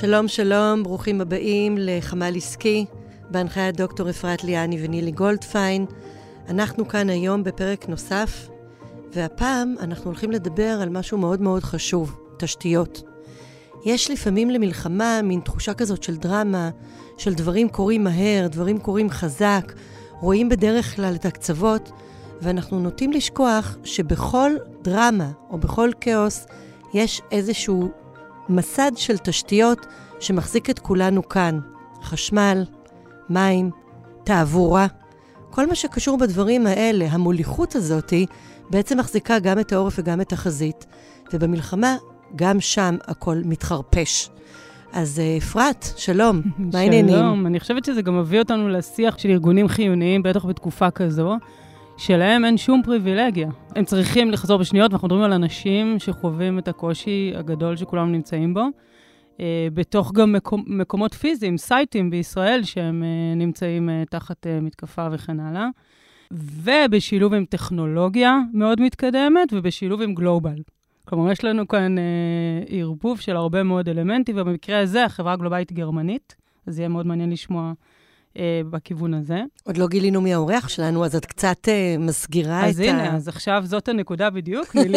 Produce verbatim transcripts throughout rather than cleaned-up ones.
שלום שלום, ברוכים הבאים לחמ"ל עסקי, בהנחיית דוקטור אפרת ליאני ונילי גולדפיין. אנחנו כאן היום בפרק נוסף, והפעם אנחנו הולכים לדבר על משהו מאוד מאוד חשוב, תשתיות. יש לפעמים למלחמה מין תחושה כזאת של דרמה, של דברים קורים מהר, דברים קורים חזק, רואים בדרך כלל את הקצוות, ואנחנו נוטים לשכוח שבכל דרמה או בכל כאוס יש איזשהו מסד של תשתיות שמחזיק את כולנו כאן. חשמל, מים, תעבורה. כל מה שקשור בדברים האלה, המוליכות הזאת, בעצם מחזיקה גם את העורף וגם את החזית. ובמלחמה, גם שם הכל מתחרפש. אז אפרת, שלום, מה העניינים? שלום, אני חושבת שזה גם מביא אותנו לשיח של ארגונים חיוניים, בטח בתקופה כזו, שלהם אין שום פריבילגיה. הם צריכים לחזור בשניות, ואנחנו מדברים על אנשים שחווים את הקושי הגדול שכולם נמצאים בו, אה, בתוך גם מקומ- מקומות פיזיים, סייטים בישראל, שהם אה, נמצאים אה, תחת אה, מתקפה וכן הלאה, ובשילוב עם טכנולוגיה מאוד מתקדמת, ובשילוב עם גלובל. כלומר, יש לנו כאן אה, ערבוב של הרבה מאוד אלמנטים, ובמקרה הזה החברה הגלובלית גרמנית, אז יהיה מאוד מעניין לשמוע אה, בכיוון הזה. עוד לא גילינו מי האורח שלנו, אז את קצת אה, מסגירה את ה... אז הנה, אז עכשיו זאת הנקודה בדיוק, נילי.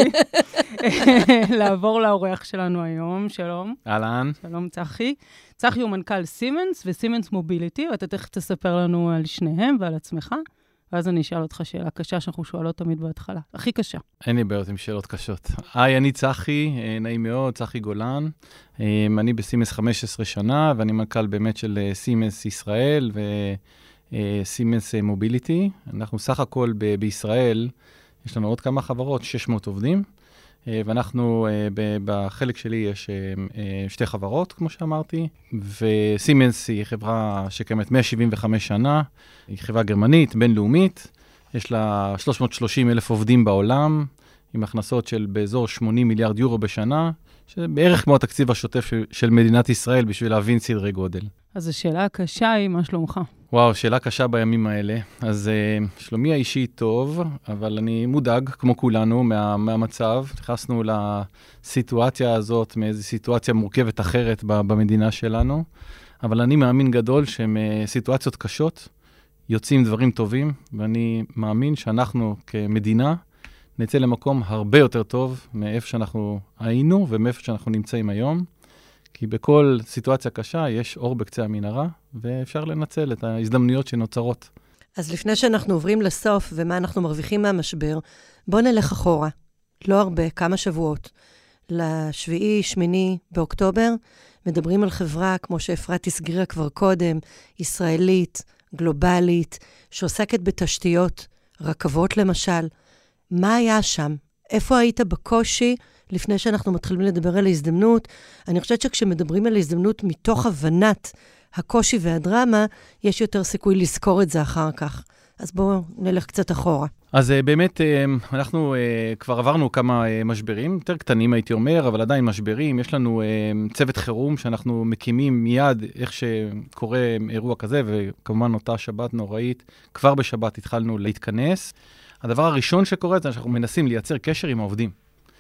לעבור לאורח שלנו היום, שלום. אהלן. שלום צחי. צחי הוא מנכ"ל סימנס וסימנס מוביליטי, ואתה תכף תספר לנו על שניהם ועל עצמך. ואז אני אשאל אותך שאלה קשה שאנחנו שואלות תמיד בהתחלה. הכי קשה. אין לי בעיות עם שאלות קשות. היי, אני צחי, נעים מאוד, צחי גולן. אני בסימנס חמש עשרה שנה, ואני מנכ"ל באמת של סימנס ישראל וסימנס מוביליטי. אנחנו סך הכל ב- בישראל, יש לנו עוד כמה חברות, שש מאות עובדים, ואנחנו, בחלק שלי יש שתי חברות, כמו שאמרתי, וסימנס היא חברה שקיימת מאה שבעים וחמש שנה, היא חברה גרמנית, בינלאומית, יש לה שלוש מאות ושלושים אלף עובדים בעולם, עם הכנסות של באזור שמונים מיליארד יורו בשנה, שזה בערך כמו התקציב השוטף של, של מדינת ישראל, בשביל להבין סדרי גודל. אז השאלה הקשה היא, מה שלומך? וואו, שאלה קשה בימים האלה. אז uh, שלומי האישי טוב, אבל אני מודאג, כמו כולנו, מה, מהמצב. נכנסנו לסיטואציה הזאת, מאיזו סיטואציה מורכבת אחרת במדינה שלנו, אבל אני מאמין גדול שהן uh, סיטואציות קשות, יוצאים דברים טובים, ואני מאמין שאנחנו כמדינה נצא למקום הרבה יותר טוב מאיפה שאנחנו היינו ומאיפה שאנחנו נמצאים היום. כי בכל סיטואציה קשה יש אור בקצה המנהרה, ואפשר לנצל את ההזדמנויות שנוצרות. אז לפני שאנחנו עוברים לסוף ומה אנחנו מרוויחים מהמשבר, בוא נלך אחורה. לא הרבה, כמה שבועות. לשביעי, שמיני, באוקטובר, מדברים על חברה, כמו שאפרת הסגרירה כבר קודם, ישראלית, גלובלית, שעוסקת בתשתיות, רכבות למשל. מה היה שם? איפה היית בקושי לפני שאנחנו מתחילים לדבר על ההזדמנות? אני חושבת שכשמדברים על ההזדמנות מתוך הבנת הקושי והדרמה, יש יותר סיכוי לזכור את זה אחר כך. אז בואו נלך קצת אחורה. אז באמת, אנחנו כבר עברנו כמה משברים, יותר קטנים הייתי אומר, אבל עדיין משברים. יש לנו צוות חירום שאנחנו מקימים מיד איך שקורה אירוע כזה, וכמובן אותה שבת נוראית, כבר בשבת התחלנו להתכנס. הדבר הראשון שקורה זה שאנחנו מנסים לייצר קשר עם העובדים.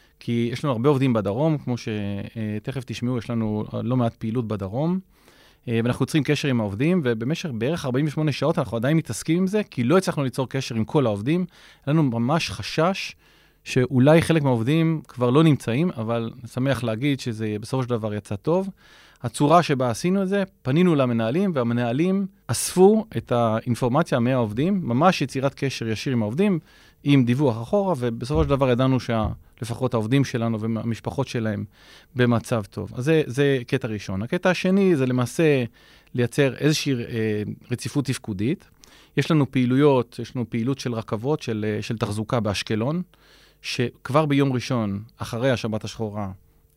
כי יש לנו הרבה עובדים בדרום, כמו שתכף תשמעו, יש לנו לא מעט פעילות בדרום, ואנחנו יוצרים קשר עם העובדים, ובמשך בערך ארבעים ושמונה שעות אנחנו עדיין מתעסקים עם זה, כי לא הצלחנו ליצור קשר עם כל העובדים. היה לנו ממש חשש שאולי חלק מהעובדים כבר לא נמצאים, אבל שמח להגיד שזה בסופו של דבר יצא טוב. הצורה שבה עשינו את זה, פנינו למנהלים, והמנהלים אספו את האינפורמציה מהעובדים, ממש יצירת קשר ישיר עם העובדים, עם דיווח אחורה, ובסופו של דבר ידענו שלפחות העובדים שלנו והמשפחות שלהם במצב טוב. אז זה, זה קטע ראשון. הקטע השני זה למעשה לייצר איזושהי אה, רציפות תפקודית. יש לנו פעילויות, יש לנו פעילות של רכבות, של, של תחזוקה באשקלון, שכבר ביום ראשון, אחרי השבת השחורה,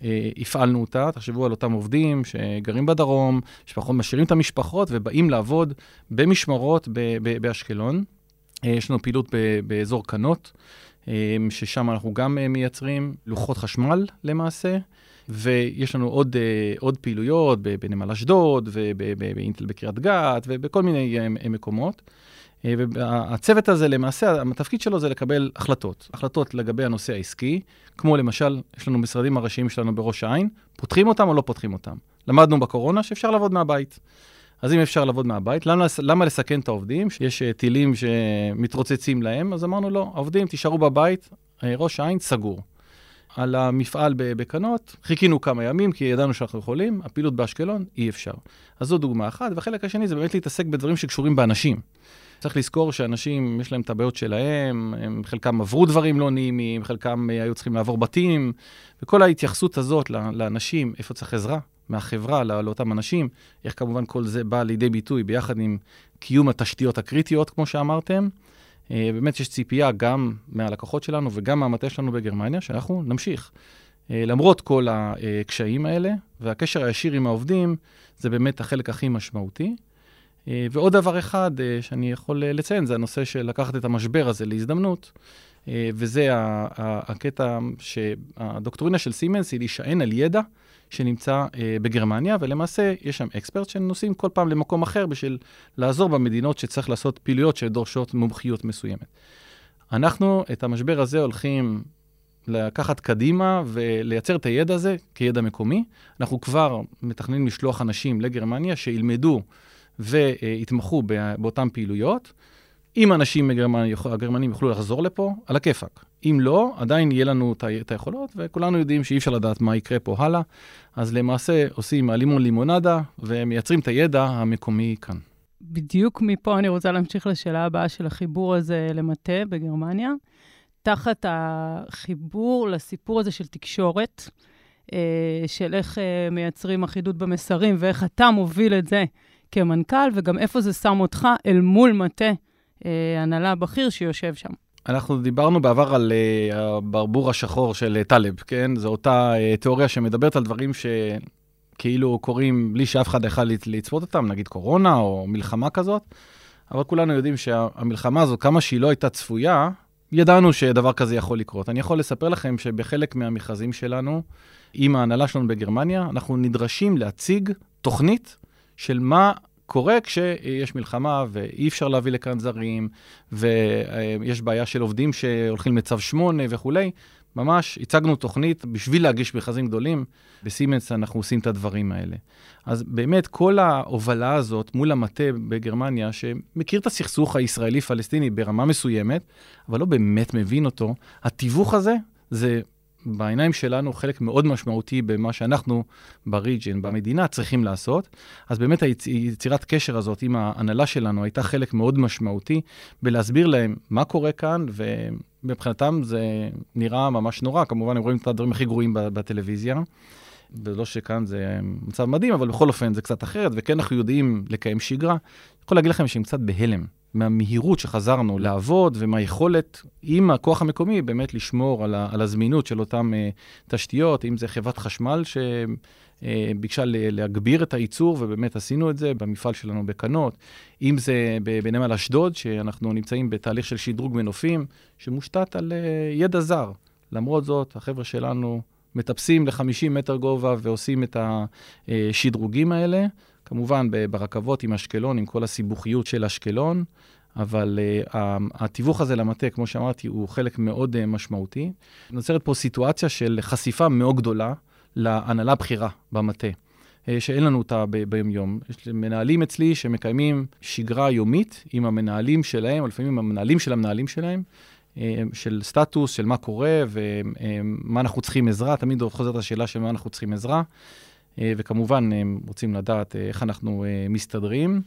הפעלנו אותה. תחשבו על אותם עובדים שגרים בדרום, משפחות משאירים את המשפחות ובאים לעבוד במשמרות באשקלון. יש לנו פעילות באזור קנות, ששם אנחנו גם מייצרים לוחות חשמל למעשה, ויש לנו עוד, עוד פעילויות בנמל אשדוד ובאינטל בקריית גת ובכל מיני מקומות. והצוות הזה למעשה, התפקיד שלו זה לקבל החלטות. החלטות לגבי הנושא העסקי, כמו למשל, יש לנו משרדים הראשיים שלנו בראש העין, פותחים אותם או לא פותחים אותם. למדנו בקורונה שאפשר לעבוד מהבית. אז אם אפשר לעבוד מהבית, למה, למה לסכן את העובדים? שיש טילים שמתרוצצים להם, אז אמרנו לא, העובדים תישארו בבית, ראש העין סגור. על המפעל בקנות, חיכינו כמה ימים, כי ידענו שאנחנו יכולים, הפעילות באשקלון, אי אפשר. אז זו דוגמה אחת, והחלק השני זה באמת להתעסק בדברים שקשורים באנשים. צריך לזכור שאנשים, יש להם את הבעיות שלהם, הם חלקם עברו דברים לא נעימים, חלקם היו צריכים לעבור בתים, וכל ההתייחסות הזאת לאנשים, איפה צריך עזרה מהחברה לא, לאותם אנשים, איך כמובן כל זה בא לידי ביטוי ביחד עם קיום התשתיות הקריטיות, כמו שאמרתם. באמת יש ציפייה גם מהלקוחות שלנו וגם מהמטה שלנו בגרמניה, שאנחנו נמשיך. למרות כל הקשיים האלה, והקשר הישיר עם העובדים, זה באמת החלק הכי משמעותי. ועוד דבר אחד שאני יכול לציין, זה הנושא של לקחת את המשבר הזה להזדמנות, וזה הקטע שהדוקטרינה של סימנס היא להישען על ידע שנמצא בגרמניה, ולמעשה יש שם אקספרט שנוסעים כל פעם למקום אחר בשביל לעזור במדינות שצריך לעשות פעילויות שדורשות מומחיות מסוימת. אנחנו את המשבר הזה הולכים לקחת קדימה ולייצר את הידע הזה כידע מקומי. אנחנו כבר מתכננים לשלוח אנשים לגרמניה שילמדו והתמחו באותן פעילויות. אם אנשים הגרמנים יוכלו לחזור לפה, על הכיפק. אם לא, עדיין יהיה לנו את היכולות, וכולנו יודעים שאי אפשר לדעת מה יקרה פה הלאה. אז למעשה עושים לימון לימונדה, ומייצרים את הידע המקומי כאן. בדיוק מפה אני רוצה להמשיך לשאלה הבאה של החיבור הזה למטה בגרמניה. תחת החיבור לסיפור הזה של תקשורת, של איך מייצרים אחידות במסרים, ואיך אתה מוביל את זה כמנכ"ל, וגם איפה זה שם אותך אל מול מטה הנהלה הבכיר שיושב שם. אנחנו דיברנו בעבר על uh, הברבור השחור של טלב, כן? זו אותה uh, תיאוריה שמדברת על דברים שכאילו קורים בלי שאף אחד יכול לצפות אותם, נגיד קורונה או מלחמה כזאת, אבל כולנו יודעים שהמלחמה הזו, כמה שהיא לא הייתה צפויה, ידענו שדבר כזה יכול לקרות. אני יכול לספר לכם שבחלק מהמכרזים שלנו, עם ההנהלה שלנו בגרמניה, אנחנו נדרשים להציג תוכנית של מה קורה כשיש מלחמה ואי אפשר להביא לכאן זרים, ויש בעיה של עובדים שהולכים לצו שמונה וכו'. ממש הצגנו תוכנית בשביל להגיש מכרזים גדולים. בסימנס אנחנו עושים את הדברים האלה. אז באמת כל ההובלה הזאת מול המטה בגרמניה, שמכיר את הסכסוך הישראלי-פלסטיני ברמה מסוימת, אבל לא באמת מבין אותו, התיווך הזה זה בעיניים שלנו חלק מאוד משמעותי במה שאנחנו בריג'ן, במדינה, צריכים לעשות. אז באמת היצירת קשר הזאת עם ההנהלה שלנו הייתה חלק מאוד משמעותי בלהסביר להם מה קורה כאן, ומבחינתם זה נראה ממש נורא. כמובן, הם רואים את הדברים הכי גרועים בטלוויזיה, ולא שכאן זה מצב מדהים, אבל בכל אופן זה קצת אחרת, וכן אנחנו יודעים לקיים שגרה. אני יכול להגיד לכם שהם קצת בהלם. מהמהירות שחזרנו לעבוד, ומהיכולת עם הכוח המקומי באמת לשמור על, ה, על הזמינות של אותם uh, תשתיות, אם זה חברת חשמל שביקשה uh, להגביר את הייצור, ובאמת עשינו את זה במפעל שלנו בקנות, אם זה בנמל אשדוד, שאנחנו נמצאים בתהליך של שדרוג מנופים, שמושתת על uh, ידע זר. למרות זאת, החבר'ה שלנו מטפסים ל-חמישים מטר גובה, ועושים את השדרוגים האלה, כמובן ברכבות עם אשקלון, עם כל הסיבוכיות של אשקלון, אבל uh, התיווך הזה למטה, כמו שאמרתי, הוא חלק מאוד uh, משמעותי. נוצרת פה סיטואציה של חשיפה מאוד גדולה להנהלה הבכירה במטה, uh, שאין לנו אותה ב- ביום יום. יש מנהלים אצלי שמקיימים שגרה יומית עם המנהלים שלהם, או לפעמים המנהלים של המנהלים שלהם, uh, של סטטוס, של מה קורה ומה uh, אנחנו צריכים עזרה. תמיד חוזרת השאלה של מה אנחנו צריכים עזרה. וכמובן הם רוצים לדעת איך אנחנו מסתדרים,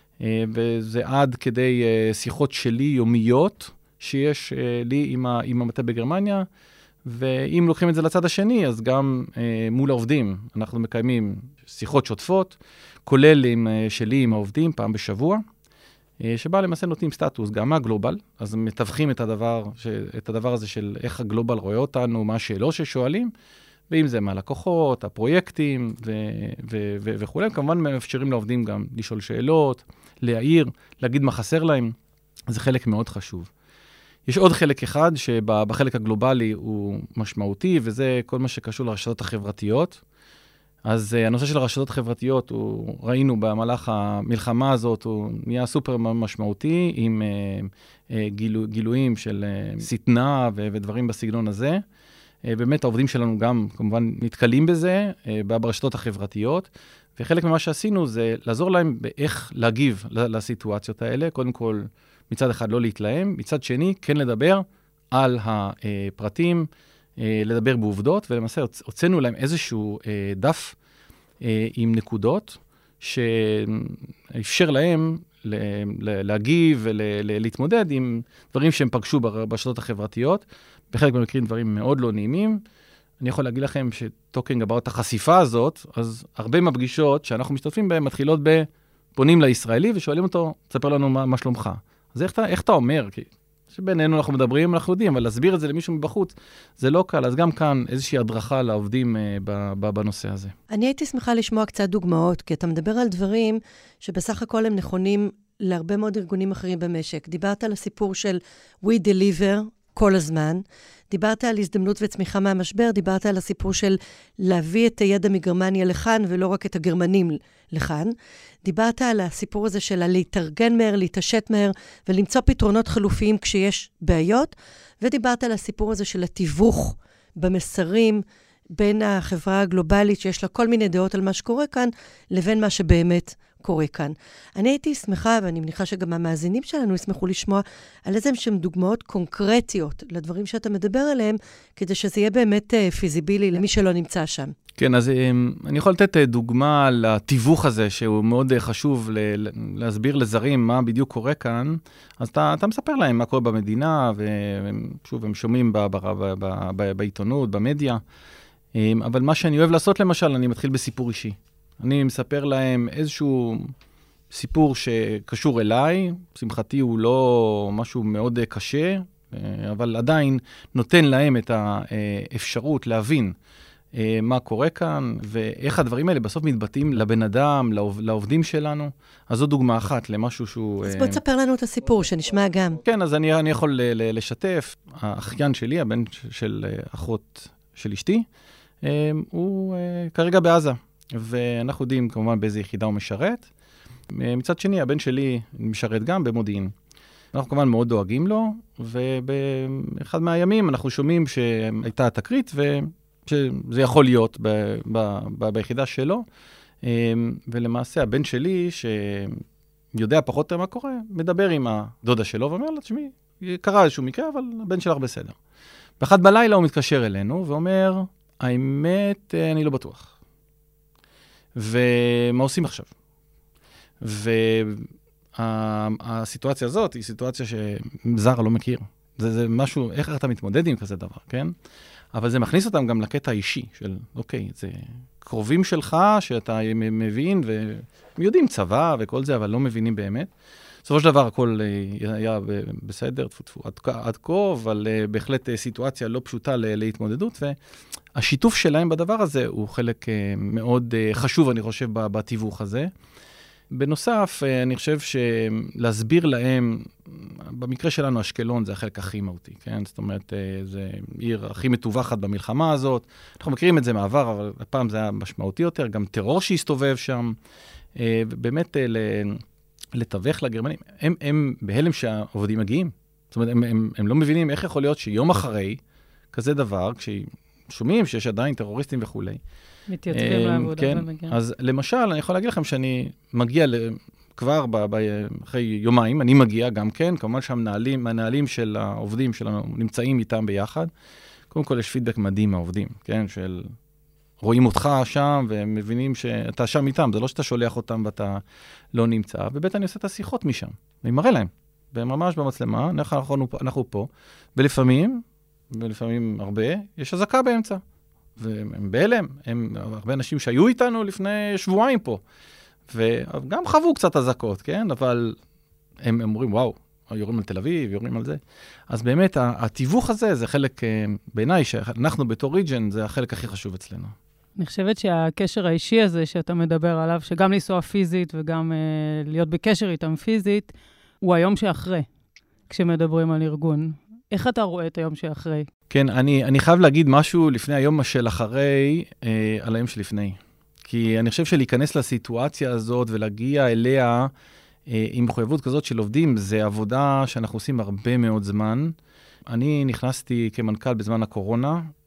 וזה עד כדי שיחות שלי יומיות שיש לי עם, ה, עם המטה בגרמניה, ואם לוקחים את זה לצד השני, אז גם מול העובדים אנחנו מקיימים שיחות שוטפות, כולל עם, שלי עם העובדים פעם בשבוע, שבה למעשה נותנים סטטוס גם מהגלובל, אז מתווכים את הדבר, את הדבר הזה של איך הגלובל רואה אותנו, מה השאלות ששואלים, ואם זה מהלקוחות, הפרויקטים ו- ו- ו- וכו'. כמובן מאפשרים לעובדים גם לשאול שאלות, להעיר, להגיד מה חסר להם. זה חלק מאוד חשוב. יש עוד חלק אחד שבחלק הגלובלי הוא משמעותי, וזה כל מה שקשור לרשתות החברתיות. אז הנושא של הרשתות החברתיות, הוא, ראינו במהלך המלחמה הזאת, הוא נהיה סופר משמעותי, עם גילו, גילויים של סטנה ו- ודברים בסגנון הזה. באמת העובדים שלנו גם כמובן נתקלים בזה ברשתות החברתיות, וחלק ממה שעשינו זה לעזור להם באיך להגיב לסיטואציות האלה. קודם כל, מצד אחד לא להתלהם, מצד שני כן לדבר על הפרטים, לדבר בעובדות, ולמעשה הוצאנו להם איזשהו דף עם נקודות, שאפשר להם להגיב ולהתמודד עם דברים שהם פגשו ברשתות החברתיות, בחלק מהמקרים דברים מאוד לא נעימים. אני יכול להגיד לכם שטוקינג about החשיפה הזאת, אז הרבה מהפגישות שאנחנו משתתפים בהן מתחילות בפונים לישראלי ושואלים אותו, תספר לנו מה, מה שלומך. אז איך, איך אתה אומר? כי שבינינו אנחנו מדברים, אנחנו יודעים, אבל להסביר את זה למישהו מבחוץ, זה לא קל. אז גם כאן איזושהי הדרכה לעובדים אה, בנושא הזה. אני הייתי שמחה לשמוע קצת דוגמאות, כי אתה מדבר על דברים שבסך הכל הם נכונים להרבה מאוד ארגונים אחרים במשק. דיברת על הסיפור של We Deliver כל הזמן, דיברת על הזדמנות וצמיחה מהמשבר, דיברת על הסיפור של להביא את הידע מגרמניה לכאן, ולא רק את הגרמנים לכאן. דיברת על הסיפור הזה של להתארגן מהר, להתעשת מהר, ולמצוא פתרונות חלופיים כשיש בעיות, ודיברת על הסיפור הזה של התיווך במסרים, בין החברה הגלובלית, שיש לה כל מיני דעות על מה שקורה כאן, לבין מה שבאמת קורה כאן. אני הייתי שמחה, ואני מניחה שגם המאזינים שלנו ישמחו לשמוע, על איזה שהם דוגמאות קונקרטיות לדברים שאתה מדבר עליהם, כדי שזה יהיה באמת פיזיבילי למי שלא נמצא שם. כן, אז אני יכול לתת דוגמה לתיווך הזה, שהוא מאוד חשוב להסביר לזרים מה בדיוק קורה כאן. אז אתה, אתה מספר להם מה קורה במדינה, ושוב, הם שומעים ב, ב, ב, ב, ב, בעיתונות, במדיה. אבל מה שאני אוהב לעשות, למשל, אני מתחיל בסיפור אישי. אני מספר להם איזשהו סיפור שקשור אליי, שמחתי הוא לא משהו מאוד קשה, אבל עדיין נותן להם את האפשרות להבין מה קורה כאן, ואיך הדברים האלה בסוף מתבטאים לבן אדם, לעובדים שלנו. אז זו דוגמה אחת למשהו שהוא... אז בוא תספר לנו את הסיפור, שנשמע גם. כן, אז אני, אני יכול לשתף. האחיין שלי, הבן של אחות של אשתי, הוא כרגע בעזה. ואנחנו יודעים כמובן באיזה יחידה הוא משרת. מצד שני, הבן שלי משרת גם במודיעין. אנחנו כמובן מאוד דואגים לו, ובאחד מהימים אנחנו שומעים שהייתה תקרית, ושזה יכול להיות ב- ב- ב- ביחידה שלו. ולמעשה הבן שלי, שיודע פחות מה קורה, מדבר עם הדודה שלו, ואומר לה, תשמעי, קרה איזשהו מקרה, אבל הבן שלך בסדר. באחד בלילה הוא מתקשר אלינו, ואומר, האמת, אני לא בטוח. ומה עושים עכשיו? והסיטואציה הזאת היא סיטואציה שזר לא מכיר. זה, זה משהו, איך אתה מתמודד עם כזה דבר, כן? אבל זה מכניס אותם גם לקטע האישי של, אוקיי, זה קרובים שלך שאתה מבין, והם יודעים צבא וכל זה, אבל לא מבינים באמת. בסופו של דבר הכל היה בסדר, תפו, עד כה, אבל בהחלט סיטואציה לא פשוטה להתמודדות, והשיתוף שלהם בדבר הזה הוא חלק מאוד חשוב, אני חושב, בתיווך הזה. בנוסף, אני חושב שלהסביר להם, במקרה שלנו, אשקלון זה החלק הכי מהותי, כן? זאת אומרת, זה עיר הכי מטווחת במלחמה הזאת. אנחנו מכירים את זה מעבר, אבל הפעם זה היה משמעותי יותר, גם טרור שהסתובב שם, באמת לתווך לגרמנים. הם, הם בהלם שהעובדים מגיעים. זאת אומרת, הם, הם, הם לא מבינים איך יכול להיות שיום אחרי כזה דבר, כששומעים שיש עדיין טרוריסטים וכו'. מתייצבים לעבודה. כן, אז למשל, אני יכול להגיד לכם שאני מגיע כבר ב- ב- אחרי יומיים, אני מגיע גם כן, כמובן שהמנהלים, המנהלים של העובדים שלנו נמצאים איתם ביחד. קודם כל יש פידבק מדהים מהעובדים, כן, של רואים אותך שם והם מבינים שאתה שם איתם, זה לא שאתה שולח אותם ואתה לא נמצא, ובית אני עושה את השיחות משם, ואני מראה להם, ממש במצלמה, אנחנו, אנחנו פה, ולפעמים, ולפעמים הרבה, יש הזקה באמצע. והם בהלם, הם הרבה אנשים שהיו איתנו לפני שבועיים פה, וגם חוו קצת הזקות, כן? אבל הם אומרים, וואו, יורים על תל אביב, יורים על זה. אז באמת, התיווך הזה זה חלק, בעיניי, שאנחנו בתור ריג'ן, זה החלק הכי חשוב אצלנו. אני חושבת שהקשר האישי הזה שאתה מדבר עליו, שגם לנסוע פיזית וגם uh, להיות בקשר איתם פיזית, הוא היום שאחרי, כשמדברים על ארגון. איך אתה רואה את היום שאחרי? כן, אני, אני חייב להגיד משהו לפני היום של אחרי, אה, על היום שלפני. כי אני חושב שלהיכנס לסיטואציה הזאת ולהגיע אליה אה, עם מחויבות כזאת של עובדים, זה עבודה שאנחנו עושים הרבה מאוד זמן. אני נכנסתי כמנכ"ל בזמן הקורונה,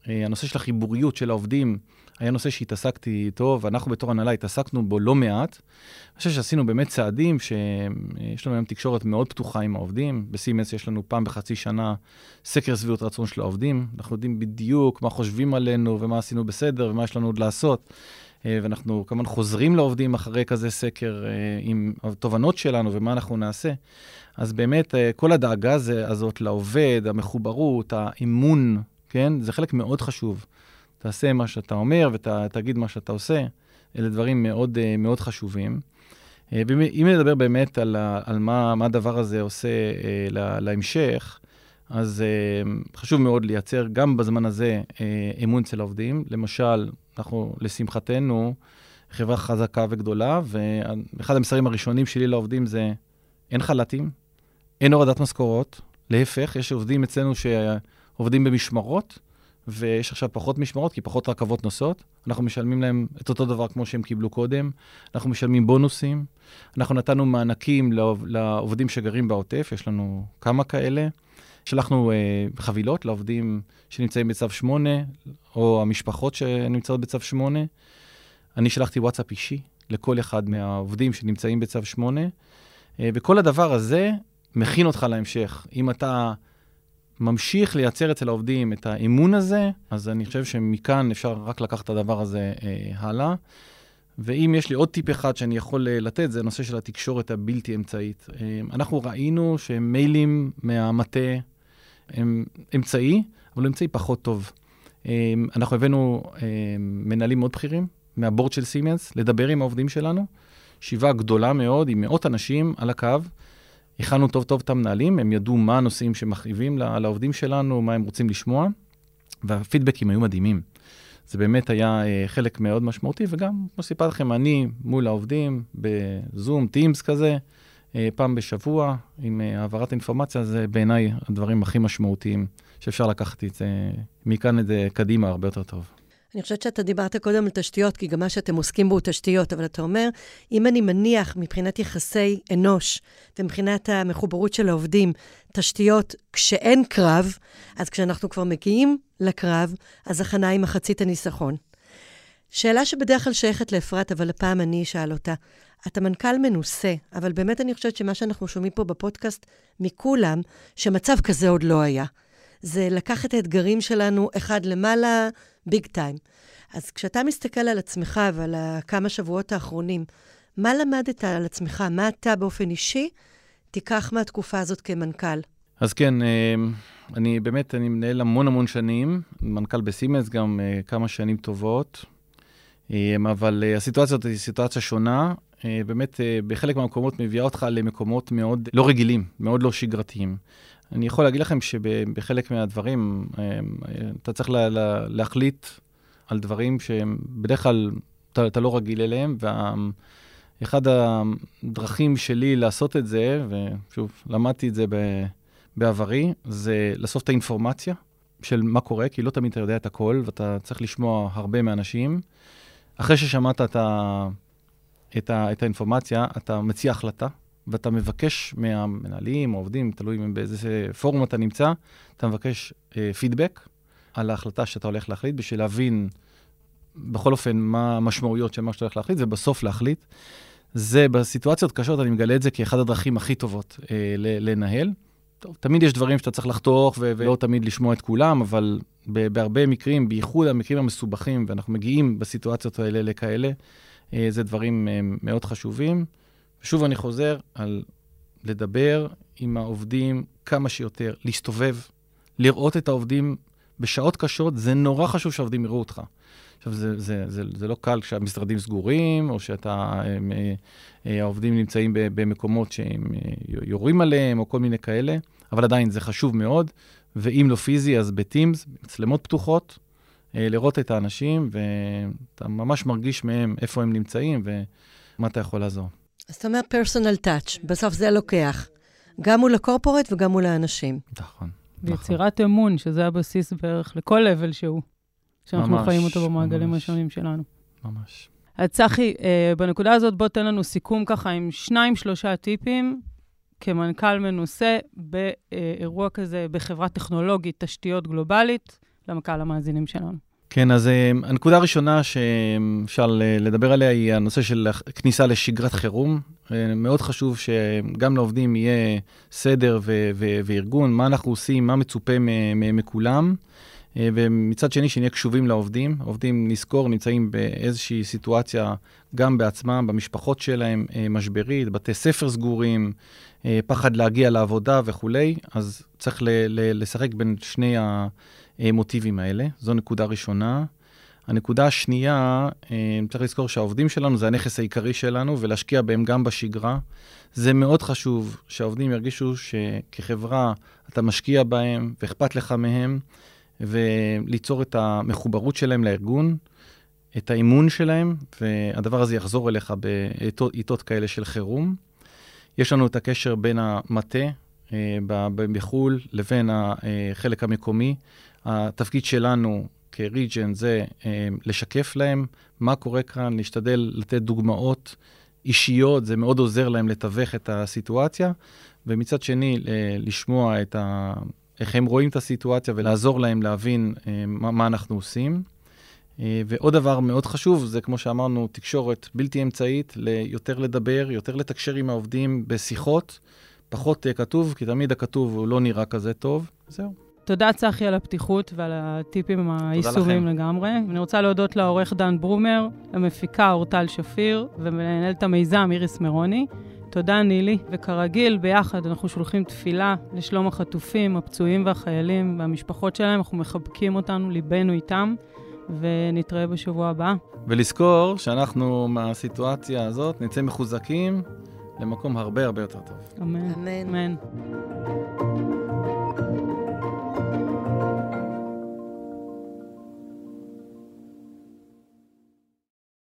הנושא של החיבוריות של העובדים, היה נושא שהתעסקתי איתו, ואנחנו בתור הנהלה התעסקנו בו לא מעט. אני חושב שעשינו באמת צעדים שיש לנו היום תקשורת מאוד פתוחה עם העובדים. בסימנס יש לנו פעם בחצי שנה סקר סביבות רצון של העובדים. אנחנו יודעים בדיוק מה חושבים עלינו ומה עשינו בסדר ומה יש לנו עוד לעשות. ואנחנו כמובן חוזרים לעובדים אחרי כזה סקר עם התובנות שלנו ומה אנחנו נעשה. אז באמת כל הדאגה הזאת לעובד, המחוברות, האמון, כן? זה חלק מאוד חשוב. תעשה מה שאתה אומר ותגיד מה שאתה עושה. אלה דברים מאוד, מאוד חשובים. ואם נדבר באמת על, על מה, מה הדבר הזה עושה לה, להמשך, אז חשוב מאוד לייצר גם בזמן הזה אמון אצל העובדים. למשל, אנחנו לשמחתנו חברה חזקה וגדולה, ואחד המסרים הראשונים שלי לעובדים זה אין חלטים, אין הורדת משכורות. להפך, יש עובדים אצלנו שעובדים במשמרות, ויש עכשיו פחות משמרות, כי פחות רכבות נוסעות. אנחנו משלמים להם את אותו דבר כמו שהם קיבלו קודם. אנחנו משלמים בונוסים. אנחנו נתנו מענקים לעובדים שגרים בעוטף, יש לנו כמה כאלה. שלחנו אה, חבילות לעובדים שנמצאים בצו שמונה, או המשפחות שנמצאות בצו שמונה. אני שלחתי וואטסאפ אישי לכל אחד מהעובדים שנמצאים בצו שמונה, אה, וכל הדבר הזה מכין אותך להמשך. אם אתה ממשיך לייצר אצל העובדים את האמון הזה, אז אני חושב שמכאן אפשר רק לקחת את הדבר הזה אה, הלאה. ואם יש לי עוד טיפ אחד שאני יכול לתת, זה הנושא של התקשורת הבלתי אמצעית. אנחנו ראינו שמיילים מהמטה הם אמצעי, אבל אמצעי פחות טוב. אנחנו הבאנו מנהלים מאוד בכירים מהבורד של סימנס, לדבר עם העובדים שלנו, שיבה גדולה מאוד עם מאות אנשים על הקו, הכנו טוב טוב את המנהלים, הם ידעו מה הנושאים שמכאיבים לעובדים שלנו, מה הם רוצים לשמוע, והפידבקים היו מדהימים. זה באמת היה חלק מאוד משמעותי, וגם, כמו סיפרתי לכם, אני מול העובדים, בזום, טימס כזה, פעם בשבוע, עם העברת אינפורמציה, זה בעיניי הדברים הכי משמעותיים, שאפשר לקחת את זה, מכאן את זה קדימה הרבה יותר טוב. אני חושבת שאתה דיברת קודם על תשתיות, כי גם מה שאתם עוסקים בו הוא תשתיות, אבל אתה אומר, אם אני מניח מבחינת יחסי אנוש, ומבחינת המחוברות של העובדים, תשתיות כשאין קרב, אז כשאנחנו כבר מגיעים לקרב, אז הכנה היא מחצית הניסחון. שאלה שבדרך כלל שייכת לאפרת, אבל הפעם אני אשאל אותה. אתה מנכ"ל מנוסה, אבל באמת אני חושבת שמה שאנחנו שומעים פה בפודקאסט מכולם, שמצב כזה עוד לא היה. זה לקח את האתגרים שלנו אחד למעלה, ביג טיים. אז כשאתה מסתכל על עצמך ועל כמה שבועות האחרונים, מה למדת על עצמך? מה אתה באופן אישי תיקח מהתקופה הזאת כמנכ"ל? אז כן, אני באמת, אני מנהל המון המון שנים, מנכ"ל בסימנס גם כמה שנים טובות, אבל הסיטואציה הזאת היא סיטואציה שונה, באמת בחלק מהמקומות מביאה אותך למקומות מאוד לא רגילים, מאוד לא שגרתיים. אני יכול להגיד לכם שבחלק מהדברים, אתה צריך לה, לה, להחליט על דברים שבדרך כלל אתה, אתה לא רגיל אליהם, ואחד הדרכים שלי לעשות את זה, ושוב, למדתי את זה בעברי, זה לאסוף את האינפורמציה של מה קורה, כי לא תמיד אתה יודע את הכל, ואתה צריך לשמוע הרבה מאנשים. אחרי ששמעת את, ה, את, ה, את האינפורמציה, אתה מציע החלטה, ואתה מבקש מהמנהלים, העובדים, תלוי באיזה פורום אתה נמצא, אתה מבקש אה, פידבק על ההחלטה שאתה הולך להחליט, בשביל להבין בכל אופן מה המשמעויות של מה שאתה הולך להחליט, ובסוף להחליט. זה בסיטואציות קשות, אני מגלה את זה כאחד הדרכים הכי טובות אה, לנהל. טוב, תמיד יש דברים שאתה צריך לחתוך, ו- ולא תמיד לשמוע את כולם, אבל בהרבה מקרים, בייחוד המקרים המסובכים, ואנחנו מגיעים בסיטואציות האלה לכאלה, אה, זה דברים אה, מאוד חשובים. ושוב אני חוזר על לדבר עם העובדים כמה שיותר, להסתובב, לראות את העובדים בשעות קשות, זה נורא חשוב שהעובדים יראו אותך. עכשיו, זה, זה, זה, זה לא קל כשהמשרדים סגורים, או שאתה, הם, העובדים נמצאים במקומות שהם יורים עליהם, או כל מיני כאלה, אבל עדיין זה חשוב מאוד, ואם לא פיזי, אז בטימס, מצלמות פתוחות, לראות את האנשים, ואתה ממש מרגיש מהם איפה הם נמצאים, ומה אתה יכול לעזור. אז אתה אומר פרסונל טאץ', בסוף זה לוקח, גם מול הקורפורט וגם מול האנשים. נכון. ויצירת אמון, שזה הבסיס בערך לכל לבל שהוא, שאנחנו ממש, חיים אותו במעגלים ממש, השונים שלנו. ממש. אז צחי, בנקודה הזאת בוא תן לנו סיכום ככה עם שניים, שלושה טיפים, כמנכ"ל מנוסה באירוע כזה, בחברה טכנולוגית, תשתיות גלובלית, למקהל המאזינים שלנו. כן, אז הנקודה הראשונה שאפשר לדבר עליה היא הנושא של כניסה לשגרת חירום. מאוד חשוב שגם לעובדים יהיה סדר ו- ו- וארגון, מה אנחנו עושים, מה מצופה מכולם, ומצד שני שנהיה קשובים לעובדים. עובדים, נזכור, נמצאים באיזושהי סיטואציה גם בעצמם, במשפחות שלהם, משברית, בתי ספר סגורים, פחד להגיע לעבודה וכולי, אז צריך ל- ל- לשחק בין שני המוטיבים האלה. זו נקודה ראשונה. הנקודה השנייה, צריך לזכור שהעובדים שלנו זה הנכס העיקרי שלנו, ולהשקיע בהם גם בשגרה. זה מאוד חשוב שהעובדים ירגישו שכחברה אתה משקיע בהם ואכפת לך מהם, וליצור את המחוברות שלהם לארגון, את האימון שלהם, והדבר הזה יחזור אליך בעיתות כאלה של חירום. יש לנו את הקשר בין המטה בחול לבין החלק המקומי. התפקיד שלנו כריג'ן זה לשקף להם מה קורה כאן, להשתדל לתת דוגמאות אישיות, זה מאוד עוזר להם לתווך את הסיטואציה, ומצד שני לשמוע את ה... איך הם רואים את הסיטואציה ולעזור להם להבין מה, מה אנחנו עושים. ועוד דבר מאוד חשוב, זה כמו שאמרנו, תקשורת בלתי אמצעית, יותר לדבר, יותר לתקשר עם העובדים בשיחות, פחות כתוב, כי תמיד הכתוב הוא לא נראה כזה טוב. זהו. תודה צחי על הפתיחות ועל הטיפים האיסורים לגמרי. אני רוצה להודות לעורך דן ברומר, למפיקה אורטל שפיר, ומנהלת המיזם איריס מרוני. תודה נילי, וכרגיל ביחד אנחנו שולחים תפילה לשלום החטופים, הפצועים והחיילים והמשפחות שלהם, אנחנו מחבקים אותנו, ליבנו איתם, ונתראה בשבוע הבא. ולזכור שאנחנו מהסיטואציה הזאת נצא מחוזקים למקום הרבה הרבה יותר טוב. אמן. אמן. אמן.